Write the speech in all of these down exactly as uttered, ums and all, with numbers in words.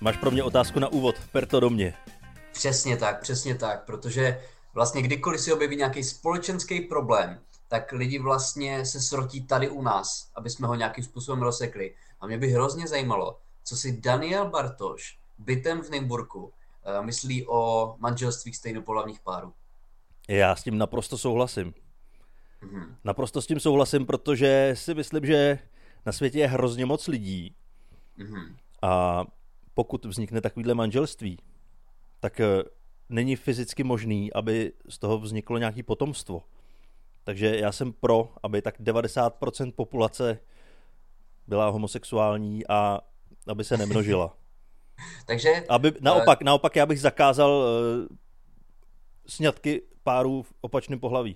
Máš pro mě otázku na úvod, per to do mě. Přesně tak, přesně tak, protože vlastně kdykoliv si objeví nějaký společenský problém, tak lidi vlastně se srotí tady u nás, aby jsme ho nějakým způsobem rozsekli. A mě by hrozně zajímalo, co si Daniel Bartoš bytem v Nymburku myslí o manželství stejnopohlavních párů. Já s tím naprosto souhlasím. Mhm. Naprosto s tím souhlasím, protože si myslím, že na světě je hrozně moc lidí Mhm. a pokud vznikne takovýhle manželství, tak není fyzicky možný, aby z toho vzniklo nějaké potomstvo. Takže já jsem pro, aby tak devadesát procent populace byla homosexuální a aby se nemnožila. Takže Aby, naopak, uh, naopak já bych zakázal uh, sňatky párů v opačném pohlaví.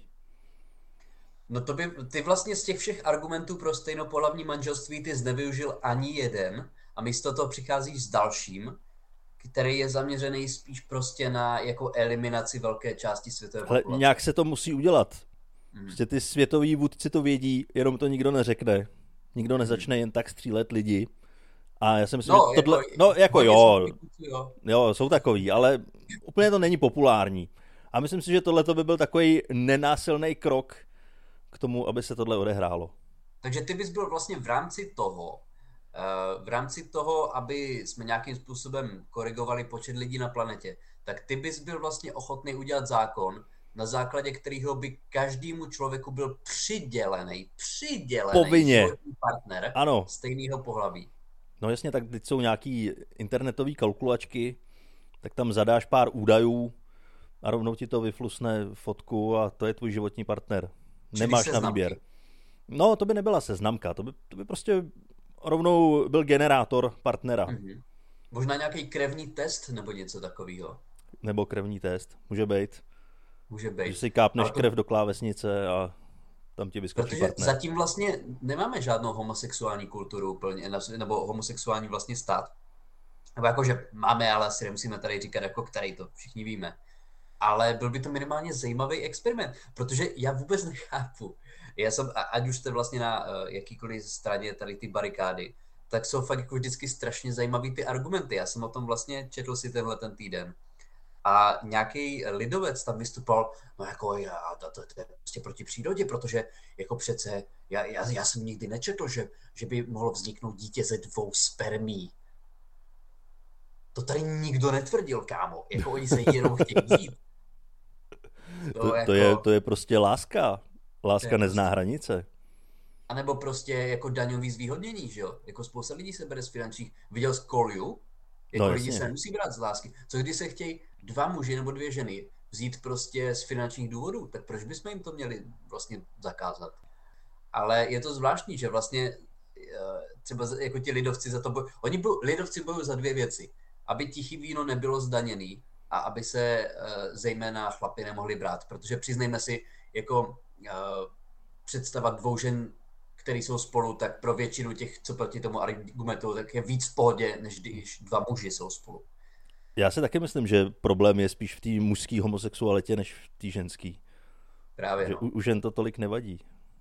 No to by, ty vlastně z těch všech argumentů pro stejnopohlavní manželství ty jsi nevyužil ani jeden a místo toho přicházíš s dalším, který je zaměřený spíš prostě na jako eliminaci velké části světové Ale populace. nějak se to musí udělat. Hmm. Prostě ty světoví vůdci to vědí, jenom to nikdo neřekne. Nikdo nezačne jen tak střílet lidi. A já si myslím, No, že tohle... jako, No, jako jo, jo. jo, jsou takový, ale úplně to není populární. A myslím si, že tohle by byl takový nenásilný krok k tomu, aby se tohle odehrálo. Takže ty bys byl vlastně v rámci toho, v rámci toho, aby jsme nějakým způsobem korigovali počet lidí na planetě, tak ty bys byl vlastně ochotný udělat zákon, na základě kterého by každému člověku byl přidělený, přidělený Povinně. životní partner Ano. stejného pohlaví. No jasně, tak teď jsou nějaký internetové kalkulačky, tak tam zadáš pár údajů a rovnou ti to vyflusne fotku a to je tvůj životní partner. Čili Nemáš na výběr. No, to by nebyla seznamka, to by, to by prostě rovnou byl generátor partnera. Mm-hmm. Možná nějaký krevní test nebo něco takového. Nebo krevní test, může být. Může být. Že si kápneš to... krev do klávesnice a tam ti vyskočí Protože partner. zatím vlastně nemáme žádnou homosexuální kulturu úplně, nebo homosexuální vlastně stát. Nebo jakože máme, ale asi nemusíme tady říkat jako který, to všichni víme. Ale byl by to minimálně zajímavý experiment, protože já vůbec nechápu. Já jsem, ať už jste vlastně na uh, jakýkoliv straně tady ty barikády, tak jsou fakt jako vždycky strašně zajímavý ty argumenty. Já jsem o tom vlastně četl si tenhle ten týden. A nějaký lidovec tam vystupoval, no jako já, to, to, to je prostě proti přírodě, protože jako přece, já, já, já jsem nikdy nečetl, že, že by mohlo vzniknout dítě ze dvou spermí. To tady nikdo netvrdil, kámo. Jako oni se jenom chtějí jít. To, to, jako, to, je, to je prostě láska. Láska nezná prostě hranice. A nebo prostě jako daňový zvýhodnění, že jo? Jako spousta lidí se bere z finančních. Viděl jsi Call You? Jako no, lidi jasně. se nemusí brát z lásky. Co když se chtějí dva muži nebo dvě ženy vzít prostě z finančních důvodů, tak proč bychom jim to měli vlastně zakázat? Ale je to zvláštní, že vlastně třeba jako ti lidovci za to bojují. Oni bojují, lidovci bojují za dvě věci. Aby tichý víno nebylo zdaněný a aby se zejména chlapi nemohli brát. Protože přiznejme si, jako představa dvou žen, který jsou spolu, tak pro většinu těch, co proti tomu argumentují, tak je víc v pohodě, než když dva muži jsou spolu. Já si taky myslím, že problém je spíš v té mužské homosexualitě, než v té ženské. Právě, že no. u, u žen to tolik nevadí.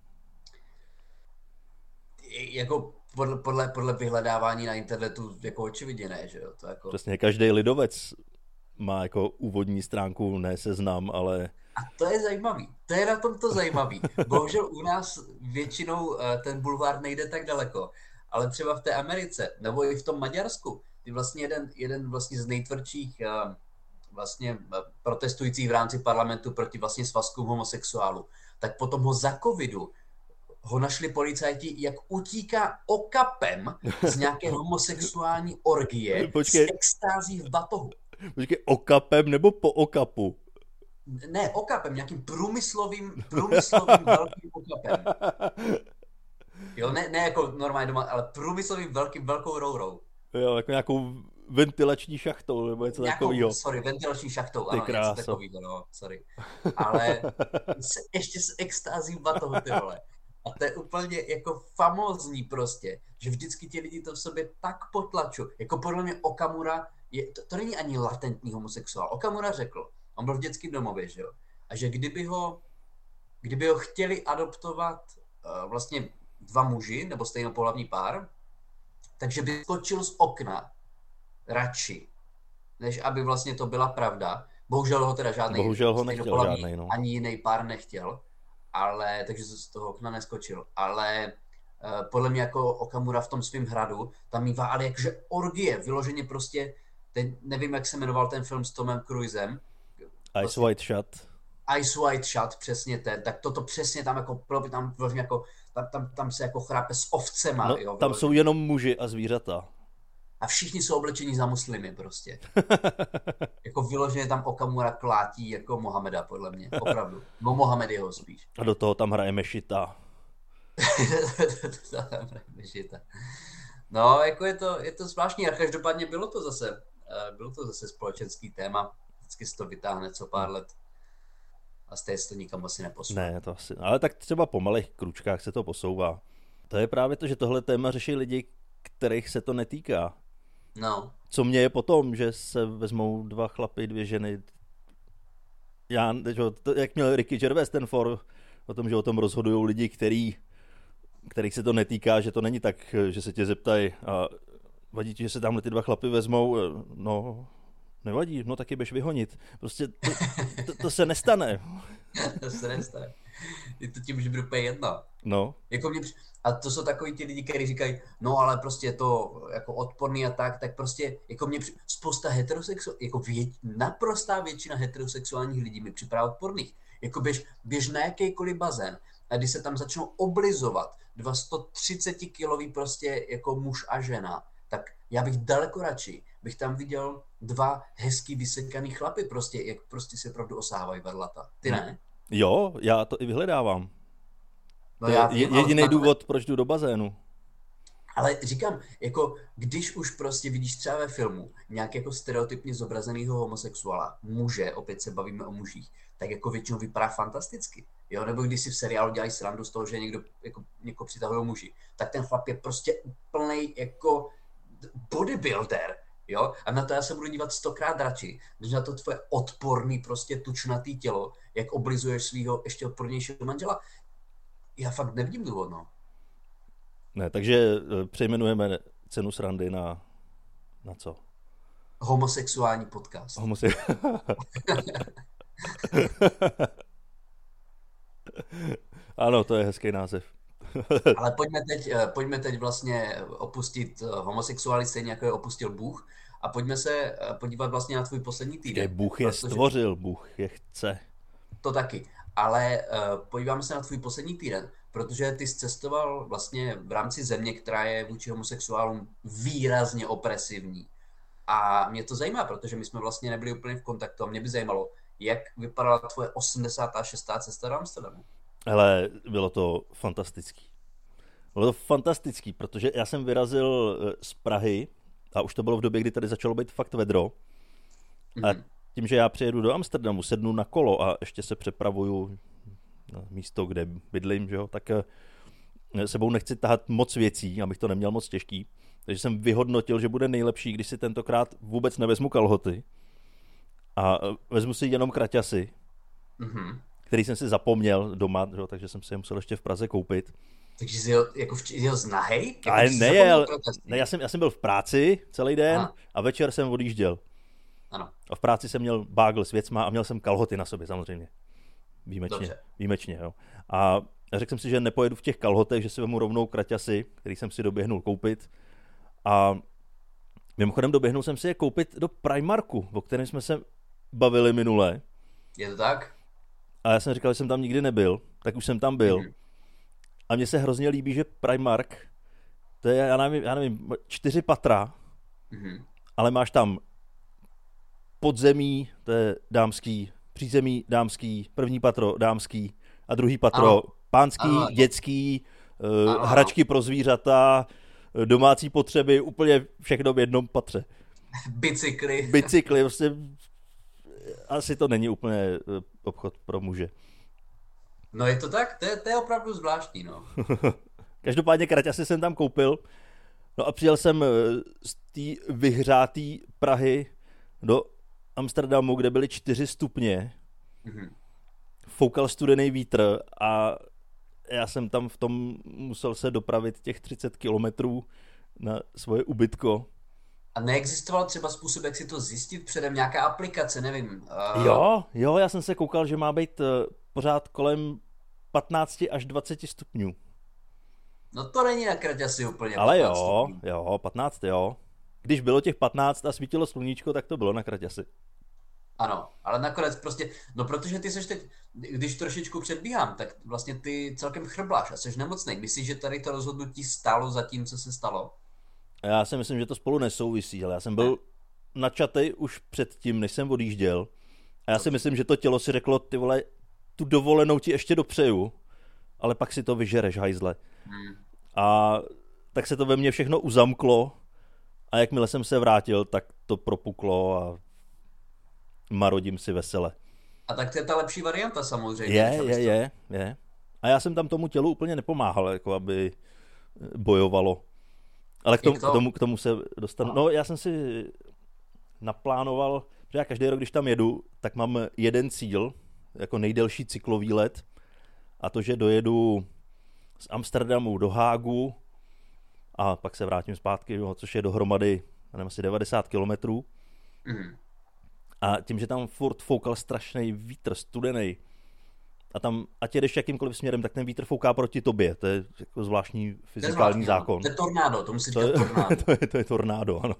Jako podle, podle, podle vyhledávání na internetu jako očividně ne, že jo? To jako... Přesně, každý lidovec má jako úvodní stránku, ne Seznam, ale... A to je zajímavý. To je na tom to zajímavý. Bohužel u nás většinou ten bulvár nejde tak daleko. Ale třeba v té Americe, nebo i v tom Maďarsku, je vlastně jeden, jeden vlastně z nejtvrdších vlastně protestujících v rámci parlamentu proti vlastně svazkům homosexuálů. Tak potom ho za covidu ho našli policajti, jak utíká okapem z nějaké homosexuální orgie. Počkej. S extází v batohu. Počkej, okapem nebo po okapu? Ne, okapem, nějakým průmyslovým, průmyslovým velkým okapem. Jo, ne, ne jako normálně doma, ale průmyslovým velkým, velkou rourou. Jo, jako nějakou ventilační šachtou, nebo něco nějakou, takového. Sorry, ventilační šachtou, ty ano, kráso. něco takového, no, sorry. Ale se, ještě s extází v batohu, ty vole. A to je úplně jako famózní prostě, že vždycky ti lidi to v sobě tak potlačují. Jako podle mě Okamura, je, to, to není ani latentní homosexuál. Okamura řekl, on byl v dětském domově, že jo, a že kdyby ho, kdyby ho chtěli adoptovat uh, vlastně dva muži, nebo stejnopohlavní pár, takže by skočil z okna radši, než aby vlastně to byla pravda. Bohužel ho teda žádný, Bohužel ho nechtěl žádnej, no. Ani jiný pár nechtěl, ale, takže z toho okna neskočil. Ale uh, podle mě jako Okamura v tom svém hradu, tam mívá ale jakže orgie, vyloženě prostě, teď nevím, jak se jmenoval ten film s Tomem Cruisem. Ice vlastně, White Shut. Ice White Shut, přesně ten, tak toto přesně tam jako, tam vyloženě jako, tam, tam, tam se jako chrápe s ovcema. No, jo, tam jsou jenom muži a zvířata. A všichni jsou oblečení za muslimy prostě. Jako vyloženě tam Okamura klátí jako Mohameda, podle mě. Opravdu. No Mohamed jeho spíš. A do toho tam hraje Mešita. tam hraje Mešita. No, jako je to, je to zvláštní. A každopádně bylo to zase, bylo to zase společenský téma. Vždycky se to vytáhne co pár let. A stejně se to nikam asi neposune. Ne, to asi. Ale tak třeba po malých kručkách se to posouvá. To je právě to, že tohle téma řeší lidi, kterých se to netýká. No. Co mě je potom, že se vezmou dva chlapy, dvě ženy. Já, to, jak měl Ricky Gervais ten for o tom, že o tom rozhodují lidi, který, kterých se to netýká, že to není tak, že se tě zeptají a vadí ti, že se tamhle ty dva chlapy vezmou, no nevadí, no taky běž vyhonit. Prostě to, to, to se nestane. To se nestane. Je to tím, že bude úplně jedno. No. Jako mě, a to jsou takový ti lidi, kteří říkají, no ale prostě je to jako odporný a tak, tak prostě jako mě spousta heterosexuálních, jako vě, naprostá většina heterosexuálních lidí mi připadá odporných. Jako běž, běž na jakýkoliv bazén a když se tam začnou oblizovat dva sto třicet kilový prostě jako muž a žena, tak já bych daleko radši, bych tam viděl dva hezký vysekaný chlapy prostě, jak prostě se opravdu osávají varlata. Ty ne? Jo, já to i vyhledávám. No to já je vím, jediný ale... důvod, proč jdu do bazénu. Ale říkám, jako když už prostě vidíš třeba ve filmu nějak jako stereotypně zobrazenýho homosexuála, muže, opět se bavíme o mužích, tak jako většinou vypadá fantasticky. Jo? Nebo když si v seriálu dělají srandu z toho, že někdo jako někoho přitahují muži, tak ten chlap je prostě úplnej jako bodybuilder. Jo? A na to já se budu dívat stokrát radši, než na to tvoje odporný prostě tučnatý tělo, jak oblizuješ svého ještě odpornějšího manžela. Já fakt nevidím důvod, no. Ne, takže přejmenujeme cenu srandy na, na co? Homosexuální podcast. Homose... Ano, to je hezký název. Ale pojďme teď, pojďme teď vlastně opustit homosexuály stejně, jako je opustil Bůh, a pojďme se podívat vlastně na tvůj poslední týden. Je, Bůh je protože... stvořil, Bůh je chce. To taky. Ale uh, podíváme se na tvůj poslední týden, protože ty jsi cestoval vlastně v rámci země, která je vůči homosexuálům výrazně opresivní. A mě to zajímá, protože my jsme vlastně nebyli úplně v kontaktu a mě by zajímalo, jak vypadala tvoje osmdesátá šestá cesta do Amsterdamu. Hele, bylo to fantastický. Bylo to fantastický, protože já jsem vyrazil z Prahy a už to bylo v době, kdy tady začalo být fakt vedro. A mm-hmm. tím, že já přijedu do Amsterdamu, sednu na kolo a ještě se přepravuju na místo, kde bydlím, že jo, tak sebou nechci tahat moc věcí, abych to neměl moc těžký. Takže jsem vyhodnotil, že bude nejlepší, když si tentokrát vůbec nevezmu kalhoty a vezmu si jenom kraťasy, mm-hmm. který jsem si zapomněl doma, že jo, takže jsem si je musel ještě v Praze koupit. Takže jsi jel, jako v, jel z nahej? Jako Ale nejel, ne, já jsem, já jsem byl v práci celý den. Aha. A večer jsem odjížděl. Ano. A v práci jsem měl bágl s věcma a měl jsem kalhoty na sobě samozřejmě. Výjimečně, Dobře. výjimečně, jo. A řekl jsem si, že nepojedu v těch kalhotech, že si vemu rovnou kraťasy, který jsem si doběhnul koupit. A mimochodem doběhnul jsem si je koupit do Primarku, o kterém jsme se bavili minule. Je to tak? A já jsem říkal, že jsem tam nikdy nebyl, tak už jsem tam byl. Mm-hmm. A mně se hrozně líbí, že Primark, to je, já nevím, já nevím čtyři patra, mm-hmm. ale máš tam podzemí, to je dámský, přízemí dámský, první patro dámský a druhý patro ano. pánský, ano. dětský, ano. Uh, hračky pro zvířata, domácí potřeby, úplně všechno v jednom patře. Bicykly. Bicykly, prostě asi to není úplně obchod pro muže. No je to tak, to je, to je opravdu zvláštní, no. Každopádně kraťasy jsem tam koupil, no a přijel jsem z té vyhřátý Prahy do Amsterdamu, kde byly čtyři stupně, mm-hmm. foukal studený vítr a já jsem tam v tom musel se dopravit těch třicet kilometrů na svoje ubytko A neexistoval třeba způsob, jak si to zjistit předem, nějaká aplikace, nevím. Uh... Jo, jo, já jsem se koukal, že má být uh, pořád kolem patnáct až dvacet stupňů. No to není na kraťasi úplně Ale patnáct jo, stupňů. jo, patnáct jo. Když bylo těch patnáct a svítilo sluníčko, tak to bylo na kraťasi. Ano, ale nakonec prostě, no protože ty seš teď, když trošičku předbíhám, tak vlastně ty celkem chrbláš a seš nemocnej. Myslíš, že tady to rozhodnutí stálo za tím, co se stalo? Já si myslím, že to spolu nesouvisí, ale já jsem byl načatej už předtím, než jsem odjížděl. A já si myslím, že to tělo si řeklo, ty vole, tu dovolenou ti ještě dopřeju, ale pak si to vyžereš, hajzle. Hmm. A tak se to ve mně všechno uzamklo a jakmile jsem se vrátil, tak to propuklo a marodím si vesele. A tak to je ta lepší varianta samozřejmě. Je, je, je, je. A já jsem tam tomu tělu úplně nepomáhal, jako aby bojovalo. Ale k tomu, to? k tomu, k tomu se dostanu. No, já jsem si naplánoval, že já každý rok, když tam jedu, tak mám jeden cíl, jako nejdelší cyklový let, a to, že dojedu z Amsterdamu do Hágu a pak se vrátím zpátky, což je dohromady, nevím, asi devadesát kilometrů. Mm. A tím, že tam furt foukal strašný vítr, studený, a tam, ať jedeš jakýmkoliv směrem, tak ten vítr fouká proti tobě. To je jako zvláštní fyzikální to zákon. To je tornádo, to musí to říkat je, tornádo. to, je, to je tornádo, ano.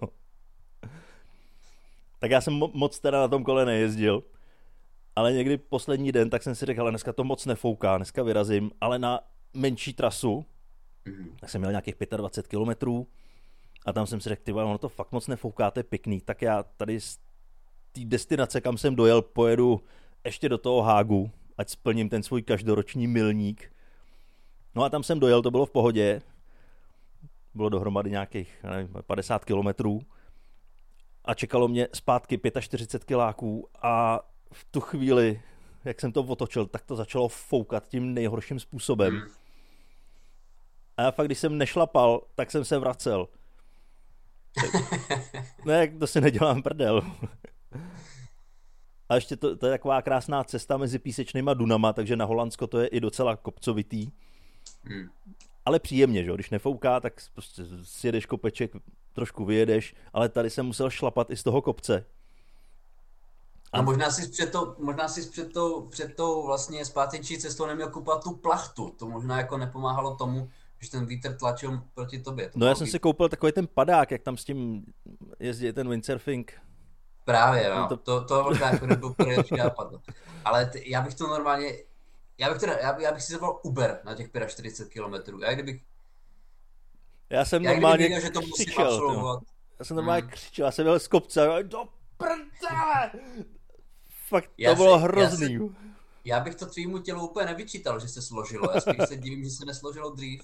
Tak já jsem moc teda na tom kole nejezdil, ale někdy poslední den, tak jsem si řekl, ale dneska to moc nefouká, dneska vyrazím, ale na menší trasu, mm. tak jsem měl nějakých dvacet pět kilometrů a tam jsem si řekl, ty ono to fakt moc nefouká, to je pěkný, tak já tady z té destinace, kam jsem dojel, pojedu ještě do toho Hágu, ať splním ten svůj každoroční milník. No a tam jsem dojel, to bylo v pohodě, bylo dohromady nějakých nevím, padesát kilometrů a čekalo mě zpátky čtyřicet pět kiláků a v tu chvíli, jak jsem to otočil, tak to začalo foukat tím nejhorším způsobem. Mm. A já fakt, když jsem nešlapal, tak jsem se vracel. Ne, to si nedělám prdel. A ještě to, to je taková krásná cesta mezi písečnýma dunama, takže na Holandsko to je i docela kopcovitý. Mm. Ale příjemně, že? Když nefouká, tak prostě sjedeš kopeček, trošku vyjedeš, ale tady jsem musel šlapat i z toho kopce. A možná jsi před tou, možná jsi před tou, před tou vlastně zpáteční cestou neměl kupovat tu plachtu. To možná jako nepomáhalo tomu, že ten vítr tlačil proti tobě. To no já jsem být... si koupil takový ten padák, jak tam s tím jezdí ten windsurfing. Právě, no. To, to, to možná jako nebyl úplně lepší nápad. Ale t- já bych to normálně, já bych, teda, já, já bych si zavolal Uber na těch čtyřicet pět kilometrů. Já kdybych, já jsem já normálně věděl, že to musím křičel. absolvovat. Já jsem normálně hmm. křičel, já jsem jel z kopce, do prdele! Fakt to já bylo si, hrozný. Já, si, já bych to tvýmu tělu úplně nevyčítal, že se složilo. Já spíš se divím, že se nesložilo dřív.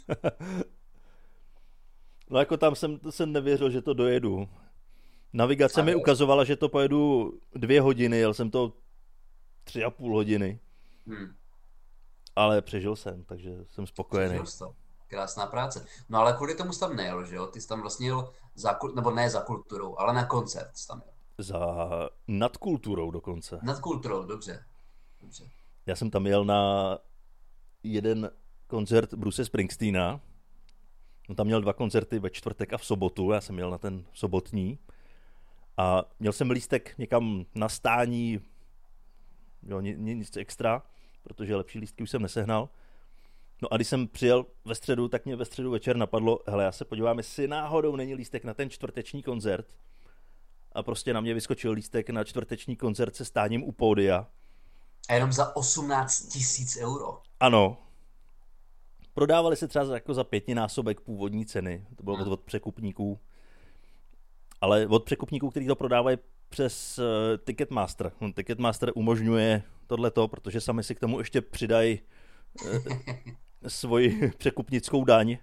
No jako tam jsem, jsem nevěřil, že to dojedu. Navigace mi ukazovala, že to pojedu dvě hodiny, jel jsem to tři a půl hodiny. Hmm. Ale přežil jsem, takže jsem spokojený. Krásná práce. No ale kvůli tomu jsi tam nejel, že jo? Ty jsi tam vlastně jel za, nebo ne za kulturou, ale na koncert jsi tam jel. Za nadkulturou dokonce. Nadkulturou, dobře. dobře. Já jsem tam jel na jeden koncert Bruce Springsteena. On tam měl dva koncerty ve čtvrtek a v sobotu, já jsem jel na ten sobotní. A měl jsem lístek někam na stání, jo, nic extra, protože lepší lístky už jsem nesehnal. No a když jsem přijel ve středu, tak mě ve středu večer napadlo, hele, já se podívám, jestli náhodou není lístek na ten čtvrteční koncert. A prostě na mě vyskočil lístek na čtvrteční koncert se stáním u pódia. A jenom za osmnáct tisíc euro. Ano. Prodávali se třeba jako za pětinásobek původní ceny. To bylo hmm. od překupníků. Ale od překupníků, kteří to prodávají přes uh, Ticketmaster. Ticketmaster umožňuje tohleto, protože sami si k tomu ještě přidají uh, svoji překupnickou daň.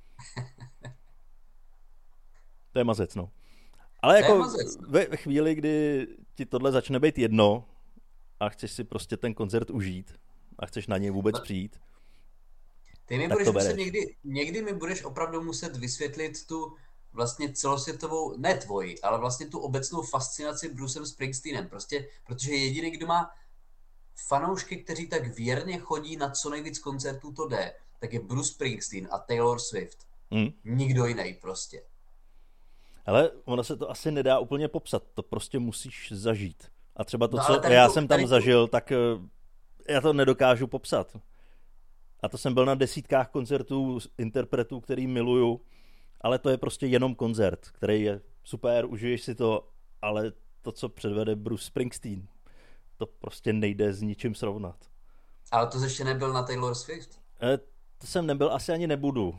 To je mazec, no. Ale jako ve chvíli, kdy ti tohle začne být jedno a chceš si prostě ten koncert užít a chceš na něj vůbec přijít, ty mi budeš muset někdy, někdy mi budeš opravdu muset vysvětlit tu vlastně celosvětovou, ne tvoji, ale vlastně tu obecnou fascinaci Brucem Springsteenem. Prostě, protože jediný, kdo má fanoušky, kteří tak věrně chodí na co nejvíc koncertů to jde, tak je Bruce Springsteen a Taylor Swift. Hmm. Nikdo jiný prostě. Ale ono se to asi nedá úplně popsat, to prostě musíš zažít. A třeba to, No, co tady já to, jsem tam tady zažil, tak já to nedokážu popsat. A to jsem byl na desítkách koncertů interpretů, který miluju, ale to je prostě jenom koncert, který je super, užiješ si to, ale to, co předvede Bruce Springsteen, to prostě nejde s ničím srovnat. Ale to ještě nebyl na Taylor Swift? E, to jsem nebyl, asi ani nebudu.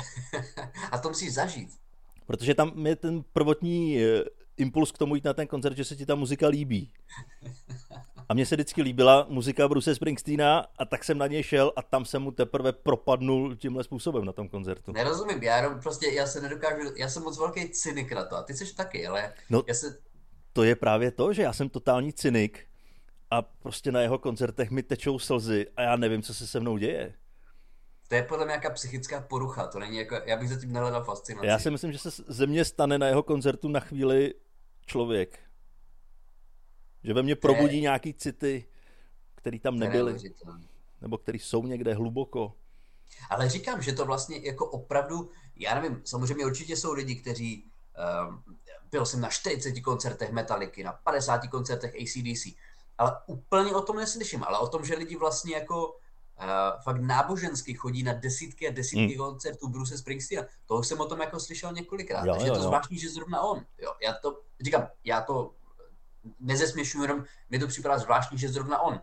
A to musíš zažít. Protože tam je ten prvotní impuls k tomu jít na ten koncert, že se ti ta muzika líbí. A mně se vždycky líbila muzika Bruce Springsteena a tak jsem na něj šel a tam jsem mu teprve propadnul tímhle způsobem na tom koncertu. Nerozumím, já jenom prostě, já se nedokážu, já jsem moc velký cynik na to a ty jsi taky, ale no, já se... To je právě to, že já jsem totální cynik a prostě na jeho koncertech mi tečou slzy a já nevím, co se se mnou děje. To je podle mě nějaká psychická porucha, to není jako, já bych zatím nehledal fascinaci. Já si myslím, že se ze mě stane na jeho koncertu na chvíli člověk. Že ve mně probudí je... nějaký city, který tam nebyly. Nebo který jsou někde hluboko. Ale říkám, že to vlastně jako opravdu, já nevím, samozřejmě určitě jsou lidi, kteří, um, byl jsem na čtyřiceti koncertech Metallicy, na padesáti koncertech A C D C, ale úplně o tom neslyším, ale o tom, že lidi vlastně jako Uh, fakt nábožensky chodí na desítky a desítky hmm. koncertů Bruce Springsteena. To už jsem o tom jako slyšel několikrát. Jo, takže jo, je to jo. zvláštní, že zrovna on. Jo, já to říkám, já to nezesměšuju, jenom mi to připadá zvláštní, že zrovna on.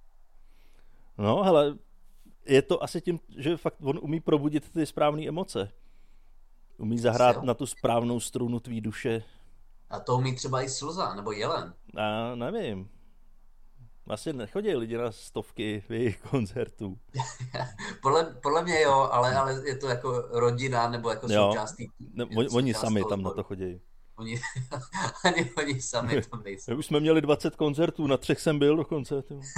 No, hele, je to asi tím, že fakt on umí probudit ty správné emoce. Umí zahrát na tu správnou strunu tvý duše. A to umí třeba i Slza, nebo Jelen. A nevím. Asi nechodí lidi na stovky jejich koncertů. podle, podle mě jo, ale, ale je to jako rodina nebo jako součástí. No, oni součást sami tam na to chodí. Oni, ani oni sami tam nejsou. My už jsme měli dvacet koncertů, na třech jsem byl dokonce.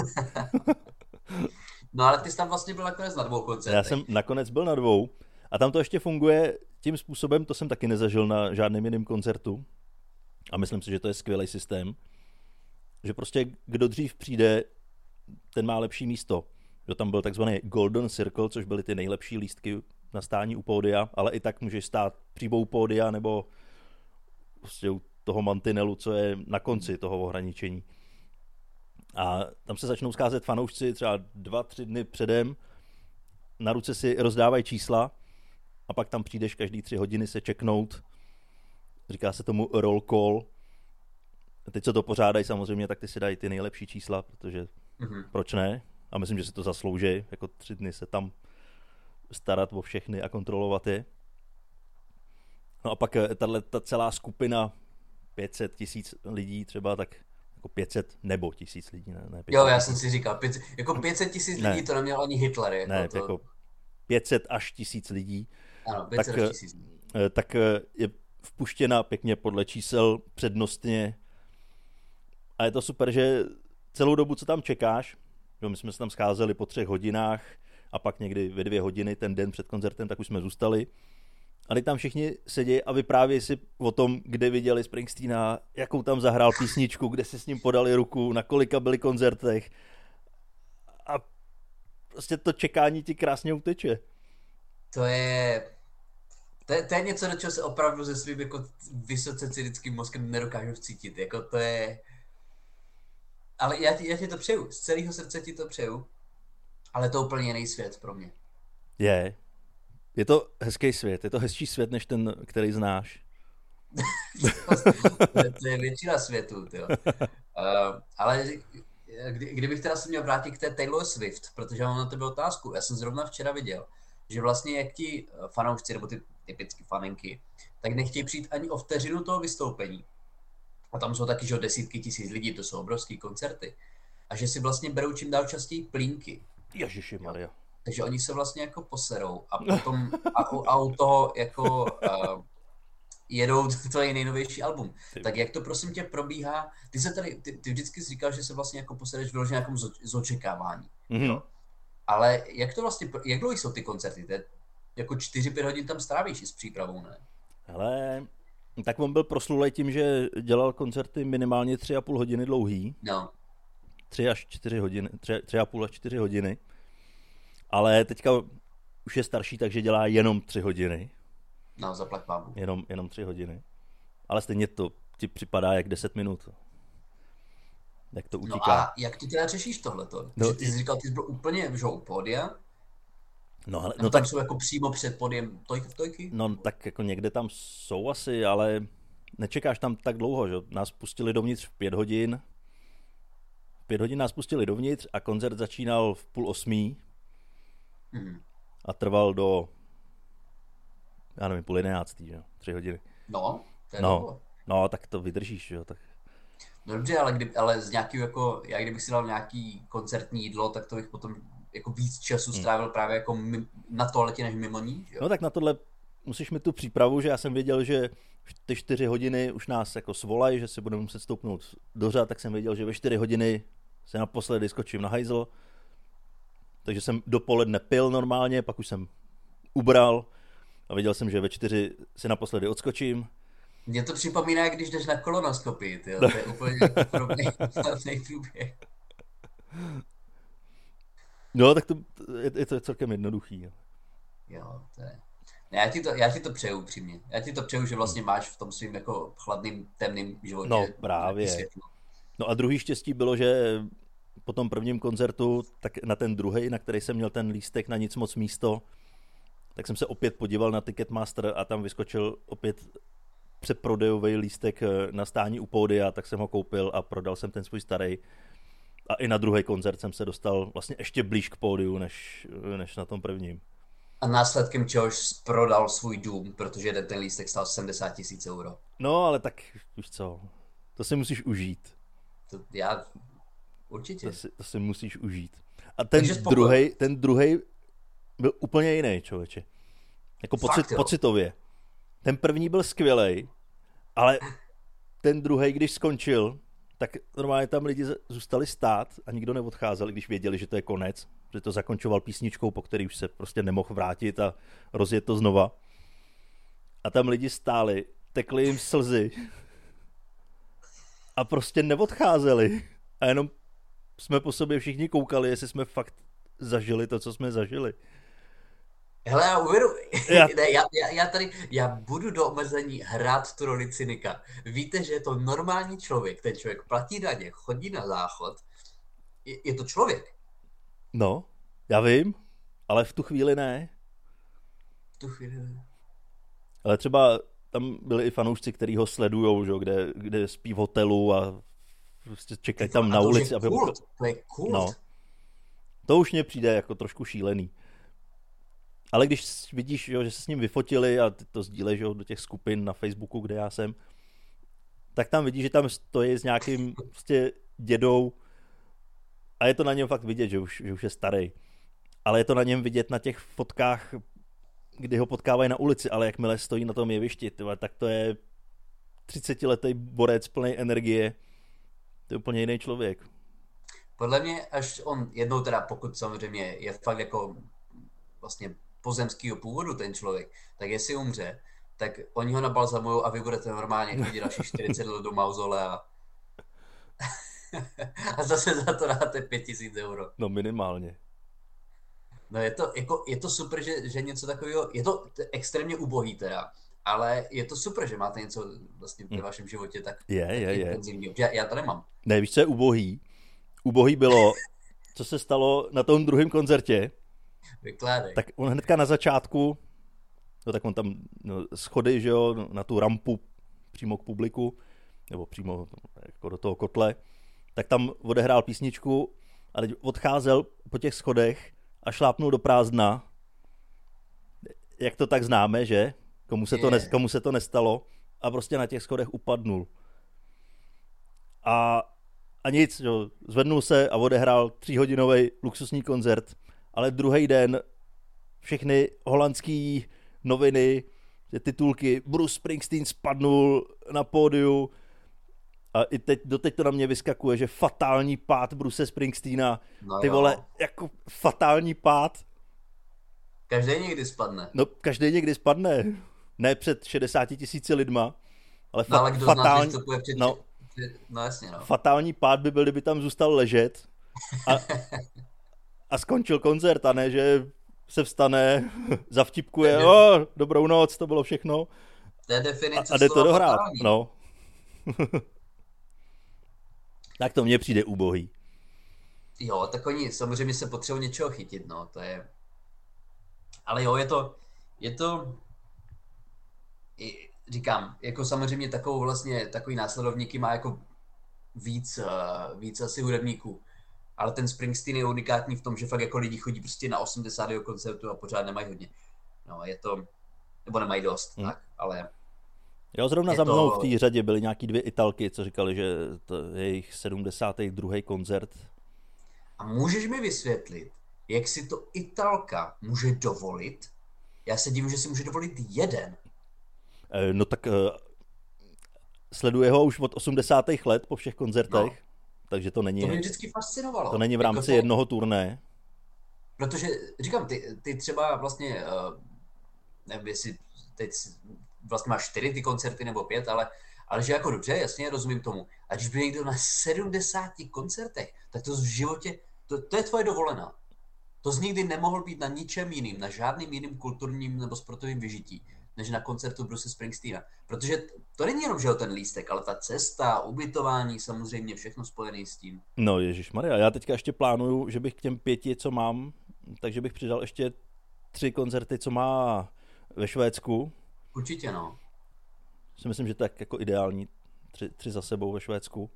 No ale ty jsi tam vlastně byl nakonec na dvou koncertech. Já jsem nakonec byl na dvou a tam to ještě funguje tím způsobem, to jsem taky nezažil na žádném jiném koncertu a myslím si, že to je skvělý systém. Že prostě kdo dřív přijde, ten má lepší místo. Že tam byl takzvaný Golden Circle, což byly ty nejlepší lístky na stání u pódia, ale i tak můžeš stát příbou pódia nebo prostě u toho mantinelu, co je na konci toho ohraničení. A tam se začnou scházet fanoušci třeba dva, tři dny předem, na ruce si rozdávají čísla a pak tam přijdeš každý tři hodiny se checknout. Říká se tomu roll call. Teď, co to pořádají samozřejmě, tak ty si dají ty nejlepší čísla, protože mm-hmm. proč ne? A myslím, že si to zaslouží, jako tři dny se tam starat o všechny a kontrolovat je. No a pak tato ta celá skupina pět set tisíc lidí třeba, tak jako pět set nebo tisíc lidí, ne? ne jo, já jsem si říkal, pět set, jako pět set tisíc lidí to neměl ani Hitler. Jako ne, to... jako pět set až tisíc lidí. Ano, pět set tak, až tisíc lidí. Tak je vpuštěna pěkně podle čísel přednostně. A je to super, že celou dobu, co tam čekáš, že my jsme se tam scházeli po třech hodinách a pak někdy ve dvě hodiny ten den před koncertem, tak už jsme zůstali. A teď tam všichni sedí a vyprávějí si o tom, kde viděli Springsteena, jakou tam zahrál písničku, kde si s ním podali ruku, na kolika byli koncertech. A prostě to čekání ti krásně uteče. To je... To je, to je něco, do čeho se opravdu se svým jako vysoce cynickým mozkem nedokážu vcítit. Jako to je... Ale já ti, já ti to přeju, z celého srdce ti to přeju, ale to je úplně jiný svět pro mě. Je. Je to hezký svět, je to hezčí svět, než ten, který znáš. to, je, to je většina světu, tyjo. Uh, ale kdy, kdybych teda se měl vrátit k té Taylor Swift, protože mám na tebe otázku. Já jsem zrovna včera viděl, že vlastně jak ti fanoušci, nebo ty typicky faninky, tak nechtějí přijít ani o vteřinu toho vystoupení. A tam jsou taky, že desítky tisíc lidí, to jsou obrovský koncerty. A že si vlastně berou čím dál častěji plínky. Ježišimarja. Takže oni se vlastně jako poserou a potom a, a u toho jako uh, jedou tvoje nejnovější album. Ty. Tak jak to prosím tě probíhá? Ty se tady, ty, ty vždycky jsi říkal, že se vlastně jako posereš vyloženě nějakom z očekávání. Mm-hmm. Ale jak to vlastně, jak dlouhý jsou ty koncerty? To je, jako čtyři pět hodin tam strávíš i s přípravou, ne? Hele, tak on byl proslulej tím, že dělal koncerty minimálně tři a půl hodiny dlouhý. No. Tři až čtyři hodiny, tři, tři a půl až čtyři hodiny. Ale teďka už je starší, takže dělá jenom tři hodiny. No, zaplať pámu. Jenom, jenom tři hodiny. ale stejně to ti připadá jak deset minut. Jak to utíká. No a jak ty teda řešíš tohleto? No, Že ty jsi říkal, ty jsi byl úplně, že u pódia? No, ale, No, no tam tak, jsou jako přímo před podiem tojky v tojky? no tak jako někde tam jsou asi, ale nečekáš tam tak dlouho, že? Nás pustili dovnitř v pět hodin. V pět hodin nás pustili dovnitř a koncert začínal v půl osmí Hmm. a trval do, já nevím, půl jedenáctý, že? Tři hodiny. No, to je No, dlouho. no, tak to vydržíš, jo, tak. No dobře, ale, kdy, ale z nějakého jako, já kdybych si dal nějaký koncertní jídlo, tak to bych potom jako víc času strávil právě jako mim, na toaletě než mimo ní, že jo? No tak na tohle musíš mít tu přípravu, že já jsem věděl, že ty čtyři hodiny už nás jako svolají, že si budeme muset stoupnout do řad, tak jsem věděl, že ve čtyři hodiny se naposledy skočím na hajzl. Takže jsem dopoledne pil normálně, pak už jsem ubral a věděl jsem, že ve čtyři si naposledy odskočím. Mně to připomíná, jak když jdeš na kolonoskopii, tyjo, to je úplně podobný podobný průběh. No, tak to je, je to celkem jednoduchý. Jo. Jo, to je... Ne, já, ti to, já ti to přeju upřímně. Já ti to přeju, že vlastně máš v tom svým jako chladným, temným životě. No, právě. No a druhý štěstí bylo, že po tom prvním koncertu, tak na ten druhý, na který jsem měl ten lístek na nic moc místo, tak jsem se opět podíval na Ticketmaster a tam vyskočil opět předprodejový lístek na stání u pódia, tak jsem ho koupil a prodal jsem ten svůj starý. A i na druhý koncert jsem se dostal vlastně ještě blíž k pódiu, než, než na tom prvním. A následkem čehož prodal svůj dům, protože ten, ten lístek stál sedmdesát tisíc euro. No, ale tak víš co, to si musíš užít. To já určitě. To si, to si musíš užít. A ten spokoj... druhej, ten druhej byl úplně jiný, člověče. Jako pocit, Fakt, pocitově. Ten první byl skvělej, ale ten druhej, když skončil, tak normálně tam lidi zůstali stát a nikdo neodcházel, když věděli, že to je konec, že to zakončoval písničkou, po který už se prostě nemohl vrátit a rozjet to znova. A tam lidi stáli, tekly jim slzy a prostě neodcházeli. A jenom jsme po sobě všichni koukali, jestli jsme fakt zažili to, co jsme zažili. Hele, já uvědu, Já... ne, já, já, já tady, já budu do omezení hrát tu roli cynika. Víte, že je to normální člověk, ten člověk platí daně, chodí na záchod, je, je to člověk. No, já vím, ale v tu chvíli ne. V tu chvíli ne. Ale třeba tam byli i fanoušci, kteří ho sledujou, že? Kde, kde spí v hotelu a prostě čekají tam na ulici. To, aby... kult, to je kult. No, to už mně přijde jako trošku šílený. Ale když vidíš, že se s ním vyfotili a ty to sdílej do těch skupin na Facebooku, kde já jsem, tak tam vidíš, že tam stojí s nějakým prostě dědou a je to na něm fakt vidět, že už, že už je starý. Ale je to na něm vidět na těch fotkách, kdy ho potkávají na ulici, ale jakmile stojí na tom jevišti, tyhle, tak to je třicetiletý borec plný energie. To je úplně jiný člověk. Podle mě, až on jednou teda, pokud samozřejmě je fakt jako vlastně pozemskýho původu ten člověk, tak jestli umře, tak oni ho nabalzamujou a vy budete normálně chodit dalších čtyřicet let do mauzolea. A zase za to dáte pět tisíc euro. No minimálně. No je to, jako, je to super, že, že něco takového, je to extrémně ubohý teda, ale je to super, že máte něco vlastně ve vašem životě tak, je, tak je, intenzivního. Já, já to nemám. Ne, víš, co je ubohý? Ubohý bylo, co se stalo na tom druhém koncertě. Vykládej. Tak on hnedka na začátku, no tak on tam no, schody, že jo, na tu rampu přímo k publiku, nebo přímo jako do toho kotle, tak tam odehrál písničku a teď odcházel po těch schodech a šlápnul do prázdna. Jak to tak známe, že? Komu se, to, ne, komu se to nestalo a prostě na těch schodech upadnul. A, a nic, jo, zvednul se a odehrál tříhodinový luxusní koncert, ale druhý den všechny holandské noviny, titulky, Bruce Springsteen spadnul na pódiu a i teď, doteď to na mě vyskakuje, že fatální pád Bruce Springsteena, no ty vole, jako fatální pád. Každý někdy spadne. No, každý někdy spadne. Ne před šedesáti tisíci lidma, ale, fa- no, ale kdo fatální, zná, že před... no, no jasně, no. Fatální pád by byl, kdyby tam zůstal ležet a, a skončil koncert, a ne, že se vstane, zavtipkuje, o, dobrou noc, to bylo všechno To je A, definice a jde to slova dohrát, fatální. no. Tak to mně přijde ubohý. Jo, tak oni samozřejmě se potřebují něčeho chytit, no, to je... Ale jo, je to, je to, i- říkám, jako samozřejmě takovou vlastně, takový následovníky má jako víc, eh, víc asi hudebníků. Ale ten Springsteen je unikátní v tom, že fakt jako lidi chodí prostě na osmdesát jeho koncertů a pořád nemají hodně. No, je to, nebo nemají dost, Hmm. tak, ale Jo, zrovna je za mnou to- v té řadě byly nějaký dvě Italky, co říkali, že to je jejich sedmdesátý druhý koncert. A můžeš mi vysvětlit, jak si to Italka může dovolit? Já se divím, že si může dovolit jeden. Eh, No tak eh, sleduje ho už od osmdesátých let po všech koncertech, No. takže to není, To mě vždycky fascinovalo. to není v Jako rámci to- jednoho turné. Protože, říkám, ty, ty třeba vlastně, uh, nevím, jestli teď vlastně máš čtyři ty koncerty nebo pět, ale, ale že jako dobře, jasně, rozumím tomu. A když by někdo na sedmdesáti koncertech, tak to v životě, to, to je tvoje dovolená. To z nikdy nemohl být na ničem jiným, na žádným jiným kulturním nebo sportovním vyžití, než na koncertu Bruce Springsteena. Protože to není jenom, že jo, ten lístek, ale ta cesta, ubytování, samozřejmě všechno spojené s tím. No ježišmarja, já teďka ještě plánuju, že bych k těm pěti, co mám, takže bych přidal ještě tři koncerty, co má ve Švédsku. Určitě, no. Si myslím, že tak jako ideální, tři, tři za sebou ve Švédsku.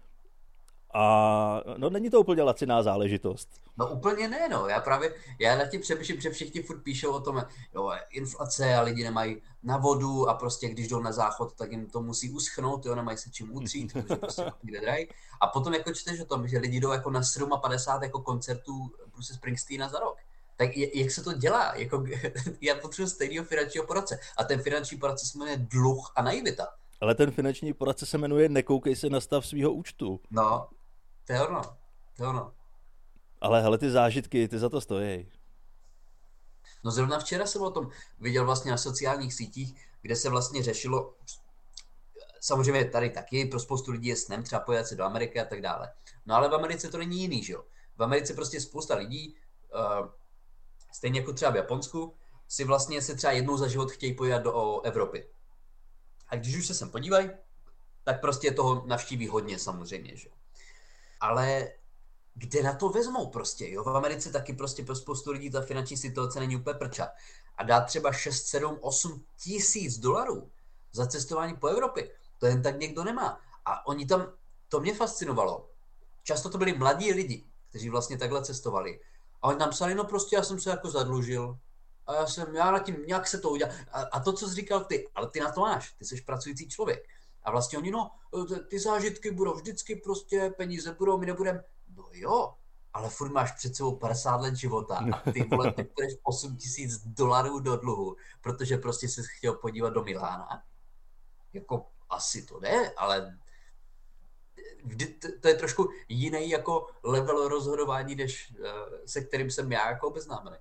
A no není to úplně laciná záležitost. No úplně ne, no. Já právě, já nad tím přemýšlím, že všichni furt píšou o tom, jo, inflace a lidi nemají na vodu a prostě když jdou na záchod, tak jim to musí uschnout, jo, nemají se čím utřít, protože prostě někde drají. A potom jako čteš o tom, že lidi jdou jako na padesát sedm jako koncertů Bruce Springsteena za rok. Tak jak se to dělá? Jako, já potřebuji stejného finančního poradce. A ten finanční poradce se jmenuje dluh a naivita. Ale ten finanční poradce se jmenuje Nekoukej se na stav svého účtu. No, to je ono. To je ono. Ale hele, ty zážitky, ty za to stojí. No zrovna včera jsem o tom viděl vlastně na sociálních sítích, kde se vlastně řešilo, samozřejmě tady taky pro spoustu lidí je snem třeba pojet se do Ameriky a tak dále. No ale v Americe to není jiný, že jo. V Americe prostě spousta lidí, uh, stejně jako třeba v Japonsku, si vlastně se třeba jednou za život chtějí pojít do Evropy. A když už se sem podívají, tak prostě toho navštíví hodně samozřejmě, že jo. Ale kde na to vezmou prostě, jo? V Americe taky prostě pro spoustu lidí ta finanční situace není úplně prča. A dát třeba šest, sedm, osm tisíc dolarů za cestování po Evropě, to jen tak někdo nemá. A oni tam, to mě fascinovalo. Často to byli mladí lidi, kteří vlastně takhle cestovali. A oni tam psali, no prostě já jsem se jako zadlužil. A já jsem, já na tím, nějak se to udělal. A, a to, co jsi říkal ty, ale ty na to máš, ty jsi pracující člověk. A vlastně oni, no, ty zážitky budou vždycky prostě, peníze budou, my nebudeme. No jo, ale furt máš před sebou padesát let života a ty vole, ty půjdeš osm tisíc dolarů do dluhu, protože prostě jsi chtěl podívat do Milána. Jako asi to jde, ale vždy, to je trošku jiný jako level rozhodování, než se kterým jsem já jako obeznámený.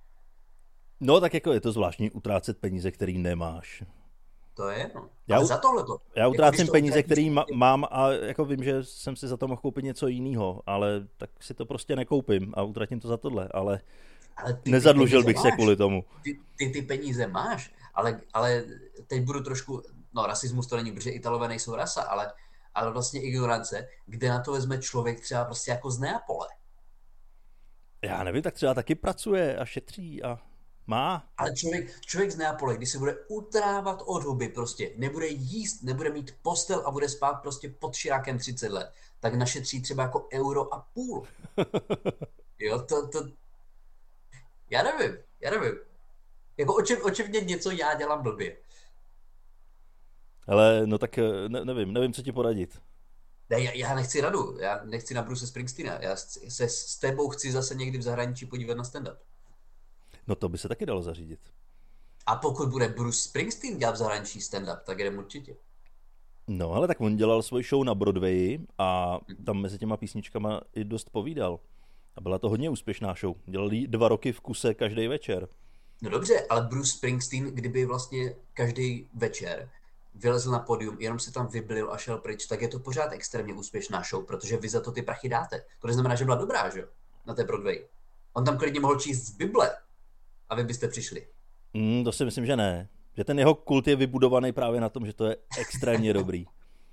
No tak jako je to zvláštní utrácet peníze, který nemáš. To je, no. Já, Ale za tohleto. Já utrácím jako, peníze, který ma- mám a jako vím, že jsem si za to mohl koupit něco jiného, ale tak si to prostě nekoupím a utratím to za tohle, ale, ale ty, nezadlužil ty bych máš. se kvůli tomu. Ty, ty ty peníze máš, ale, ale teď budu trošku, no rasismus to není, protože Italové nejsou rasa, ale, ale vlastně ignorance, kde na to vezme člověk třeba prostě jako z Neapole. Já nevím, tak třeba taky pracuje a šetří a má. Ale člověk, člověk z Neapole, když se bude utrávat od huby prostě, nebude jíst, nebude mít postel a bude spát prostě pod širákem třicet let, tak našetří třeba jako euro a půl. Jo, to, to... Já nevím, já nevím. Jako očiv, očivně něco já dělám blbě. Ale no tak ne, nevím, nevím, co ti poradit. Ne, já, já nechci radu, já nechci na Bruce Springsteena, já se s tebou chci zase někdy v zahraničí podívat na stand-up. No to by se taky dalo zařídit. A pokud bude Bruce Springsteen dělat v zahraničí stand-up, tak jdem určitě. No ale tak on dělal svůj show na Broadwayi a tam mezi těma písničkama i dost povídal. A byla to hodně úspěšná show. Dělal jí dva roky v kuse každý večer. No dobře, ale Bruce Springsteen, kdyby vlastně každý večer vylezl na pódium, jenom se tam vyblil a šel pryč, tak je to pořád extrémně úspěšná show, protože vy za to ty prachy dáte. To neznamená, že byla dobrá, že jo? Na té Broadway. On tam klidně mohl číst z Bible a vy byste přišli. Mm, to si myslím, že ne. Že ten jeho kult je vybudovaný právě na tom, že to je extrémně dobrý.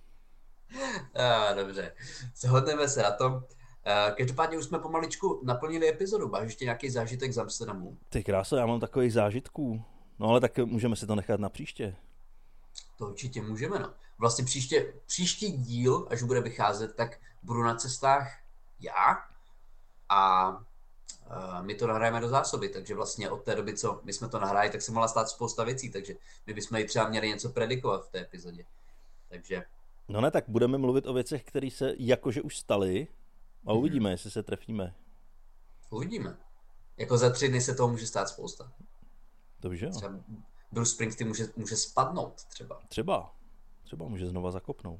A, dobře, shodneme se na tom. Každopádně už jsme pomaličku naplnili epizodu. Máš ještě nějaký zážitek z Amsterdamu? Ty kráso, já mám takových zážitků. No ale tak můžeme si to nechat na příště. To určitě můžeme, no. Vlastně příště, příští díl, až bude vycházet, tak budu na cestách já a uh, my to nahrajeme do zásoby, takže vlastně od té doby, co my jsme to nahráli, tak se mohla stát spousta věcí, takže my bychom i třeba měli něco predikovat v té epizodě. Takže... No ne, tak budeme mluvit o věcech, které se jakože už staly a uvidíme, mm-hmm. jestli se trefíme. Uvidíme. Jako za tři dny se toho může stát spousta. Dobře, jo. Třeba Bruce Springsteen může, může spadnout třeba. Třeba. Třeba může znova zakopnout.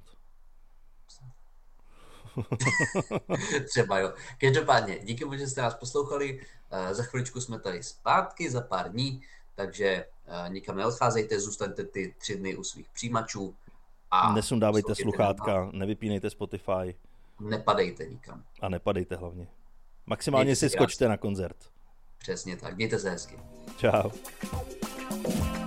Třeba jo. Každopádně, díky moc, že jste nás poslouchali. Uh, za chviličku jsme tady zpátky, za pár dní, takže uh, nikam neodcházejte, zůstaňte ty tři dny u svých přijímačů. A nesundávejte sluchátka, nevypínejte Spotify. Nepadejte nikam. A nepadejte hlavně. Maximálně si skočte na koncert. Přesně tak. Mějte se hezky. Čau.